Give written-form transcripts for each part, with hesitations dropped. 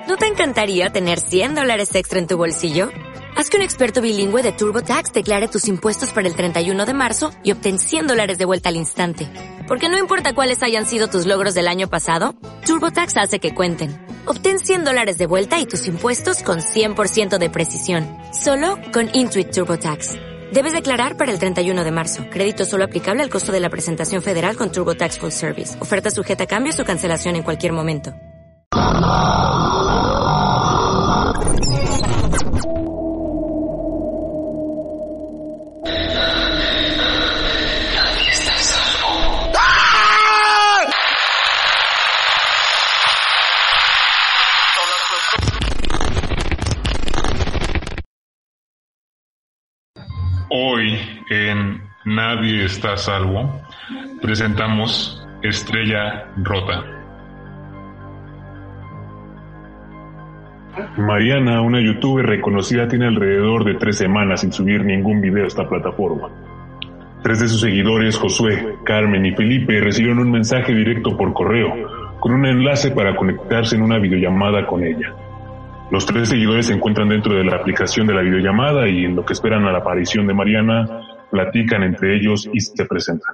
¿No te encantaría tener $100 extra en tu bolsillo? Haz que un experto bilingüe de TurboTax declare tus impuestos para el 31 de marzo y obtén $100 de vuelta al instante. Porque no importa cuáles hayan sido tus logros del año pasado, TurboTax hace que cuenten. Obtén $100 de vuelta y tus impuestos con 100% de precisión. Solo con Intuit TurboTax. Debes declarar para el 31 de marzo. Crédito solo aplicable al costo de la presentación federal con TurboTax Full Service. Oferta sujeta a cambios o cancelación en cualquier momento. Hoy en Nadie está a salvo presentamos Estrella Rota. Mariana, una youtuber reconocida, tiene alrededor de 3 semanas sin subir ningún video a esta plataforma. 3 de sus seguidores, Josué, Carmen y Felipe, recibieron un mensaje directo por correo con un enlace para conectarse en una videollamada con ella. Los 3 seguidores se encuentran dentro de la aplicación de la videollamada y en lo que esperan a la aparición de Mariana, platican entre ellos y se presentan.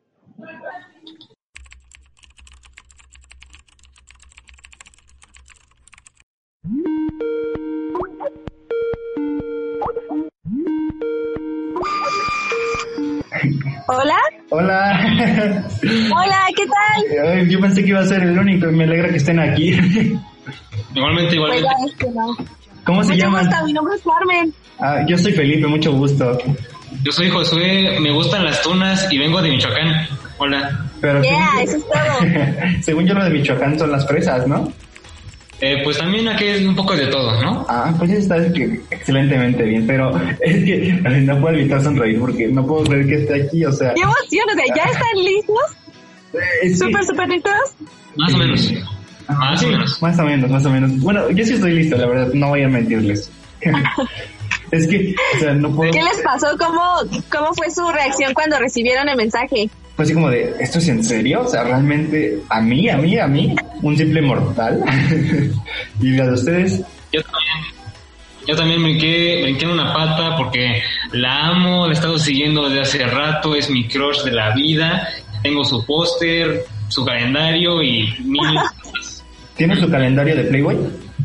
¿Hola? Hola. Hola, ¿qué tal? Yo pensé que iba a ser el único y me alegra que estén aquí. Igualmente. No. ¿Cómo se llaman? Mucho gusto, mi nombre es Carmen. Yo soy Felipe, mucho gusto. Yo soy Josué, me gustan las tunas y vengo de Michoacán. Hola. Pero Eso es todo. Según yo, lo de Michoacán son las fresas, ¿no? Pues también aquí es un poco de todo, ¿no? Pues está excelentemente bien, pero es que no puedo evitar sonreír porque no puedo creer que esté aquí, o sea... ¡Qué emoción! O sea, ¿ya están listos? ¿Súper listos? Más o menos. Más o menos. Bueno, yo sí estoy listo, la verdad, no voy a mentirles. Es que, o sea, no puedo... ¿Qué les pasó? ¿Cómo fue su reacción cuando recibieron el mensaje? Pues así como de, ¿esto es en serio? O sea, realmente, a mí, un simple mortal. Y a ustedes... Yo también brinqué en una pata porque la amo, la he estado siguiendo desde hace rato, es mi crush de la vida, tengo su póster, su calendario y miles de cosas. ¿Tienes su calendario de Playboy?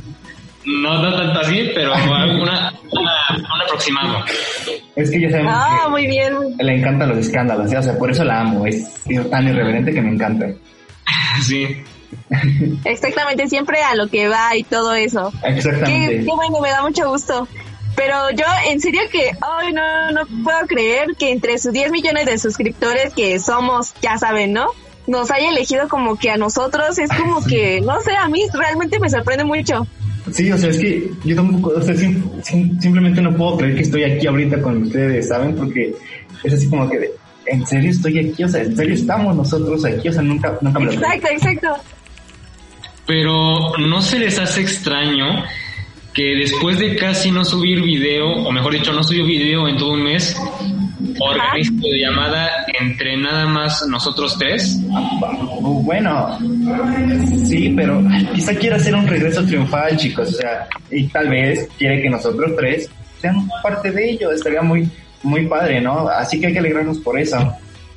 No tanto así, pero un aproximado. Es que ya sabemos que muy bien. Le encantan los escándalos, ¿sí? O sea, por eso la amo, es tan irreverente que me encanta. Sí. Exactamente, siempre a lo que va y todo eso. Exactamente. Qué bueno, me da mucho gusto. Pero yo, en serio que, no puedo creer que entre sus 10 millones de suscriptores que somos, ya saben, ¿no? Nos haya elegido como que a nosotros, es como que, no sé, a mí realmente me sorprende mucho. Sí, o sea, es que yo tampoco, o sea, simplemente no puedo creer que estoy aquí ahorita con ustedes, ¿saben? Porque es así como que, ¿en serio estoy aquí? O sea, ¿en serio estamos nosotros aquí? O sea, nunca me lo creo. Exacto. Pero ¿no se les hace extraño que después de casi no subir video, o mejor dicho, no subió video en todo un mes, organice llamada entre nada más nosotros 3? Bueno, sí, pero quizá quiera hacer un regreso triunfal, chicos, o sea, y tal vez quiere que nosotros 3 sean parte de ello, estaría muy, muy padre, ¿no? Así que hay que alegrarnos por eso.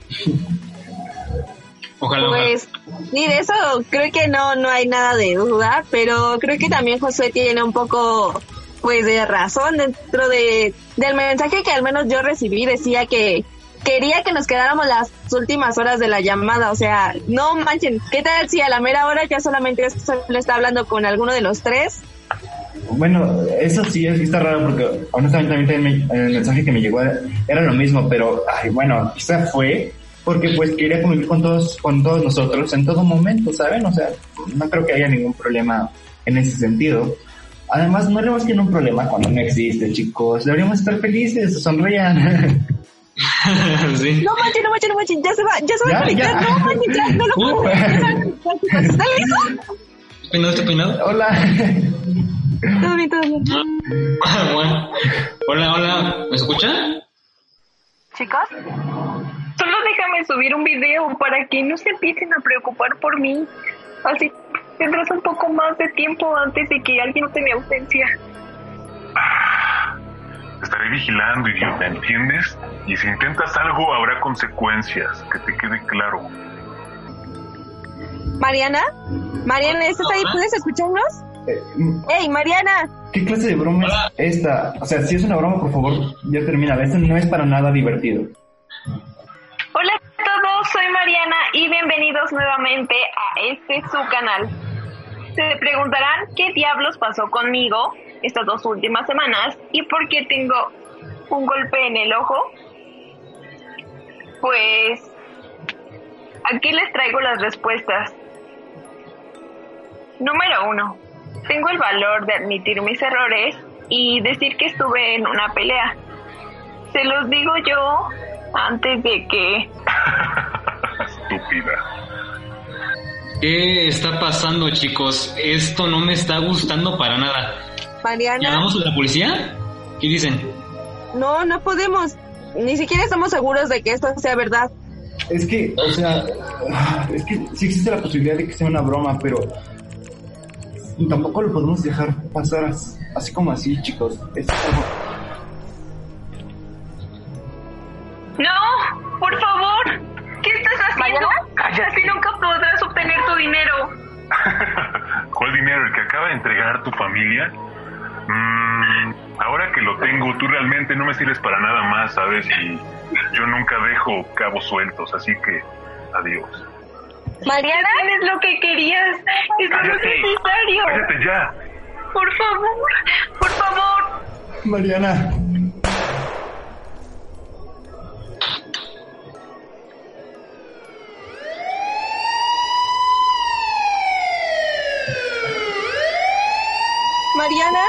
Ojalá. Pues, ni de eso creo que no hay nada de duda, pero creo que también Josué tiene un poco, pues, de razón dentro del mensaje que al menos yo recibí. Decía que quería que nos quedáramos las últimas horas de la llamada, o sea, no manchen, ¿qué tal si a la mera hora ya solamente le está hablando con alguno de los 3? Bueno, eso sí está raro porque honestamente también el mensaje que me llegó era lo mismo, pero bueno, quizá fue porque pues quería convivir con todos nosotros en todo momento, ¿saben? O sea, no creo que haya ningún problema en ese sentido. Además, no le busquen un problema cuando no existe, chicos. Deberíamos estar felices, sonrían. Sí. No manches, ya se va a conectar, no manches, ya, no lo puedo. ¿Está listo? ¿Está peinado? Hola. Todo bien. Bueno. Hola, ¿me escuchan? Chicos, solo déjame subir un video para que no se empiecen a preocupar por mí. Así tendrás un poco más de tiempo antes de que alguien note mi ausencia. Te estaré vigilando, idiota, ¿entiendes? Y si intentas algo, habrá consecuencias, que te quede claro. Mariana, ¿estás ahí? ¿Puedes escucharnos? ¡Ey, Mariana! ¿Qué clase de broma es esta? O sea, si es una broma, por favor, ya termina. Esto no es para nada divertido. Hola a todos, soy Mariana y bienvenidos nuevamente a su canal. Se preguntarán qué diablos pasó conmigo estas 2 últimas semanas y por qué tengo un golpe en el ojo. Pues aquí les traigo las respuestas. Número 1. Tengo el valor de admitir mis errores y decir que estuve en una pelea. Se los digo yo antes de que... Estúpida. ¿Qué está pasando, chicos? Esto no me está gustando para nada. Mariana. ¿Llamamos a la policía? ¿Qué dicen? No podemos. Ni siquiera estamos seguros de que esto sea verdad. Es que, o sea, es que sí existe la posibilidad de que sea una broma, pero tampoco lo podemos dejar pasar así como así, chicos. Es algo... ¡No! ¡Por favor! ¿Qué estás haciendo? Así nunca podrás obtener tu dinero. ¿Cuál dinero? ¿El que acaba de entregar tu familia? Ahora que lo tengo, tú realmente no me sirves para nada más, ¿sabes? Y yo nunca dejo cabos sueltos, así que adiós. Mariana, ¿Tienes lo que querías? Eso no es necesario. ¡Cállate ya! Por favor. Mariana. Mariana.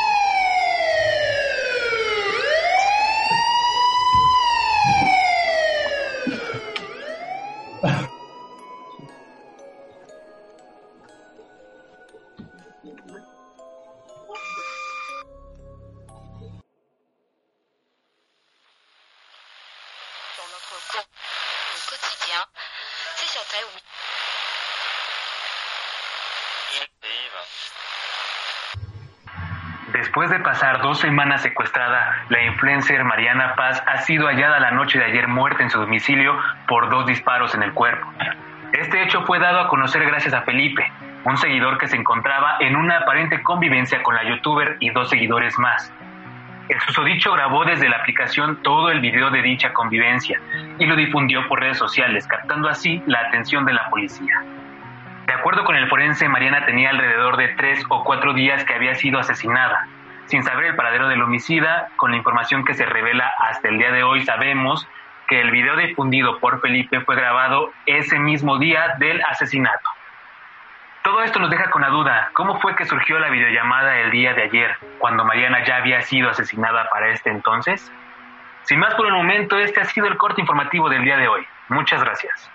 Después de pasar 2 semanas secuestrada, la influencer Mariana Paz ha sido hallada la noche de ayer muerta en su domicilio por 2 disparos en el cuerpo. Este hecho fue dado a conocer gracias a Felipe, un seguidor que se encontraba en una aparente convivencia con la youtuber y 2 seguidores más. El susodicho grabó desde la aplicación todo el video de dicha convivencia y lo difundió por redes sociales, captando así la atención de la policía. De acuerdo con el forense, Mariana tenía alrededor de 3 o 4 días que había sido asesinada. Sin saber el paradero del homicida, con la información que se revela hasta el día de hoy, sabemos que el video difundido por Felipe fue grabado ese mismo día del asesinato. Todo esto nos deja con la duda, ¿cómo fue que surgió la videollamada el día de ayer, cuando Mariana ya había sido asesinada para este entonces? Sin más por el momento, este ha sido el corte informativo del día de hoy. Muchas gracias.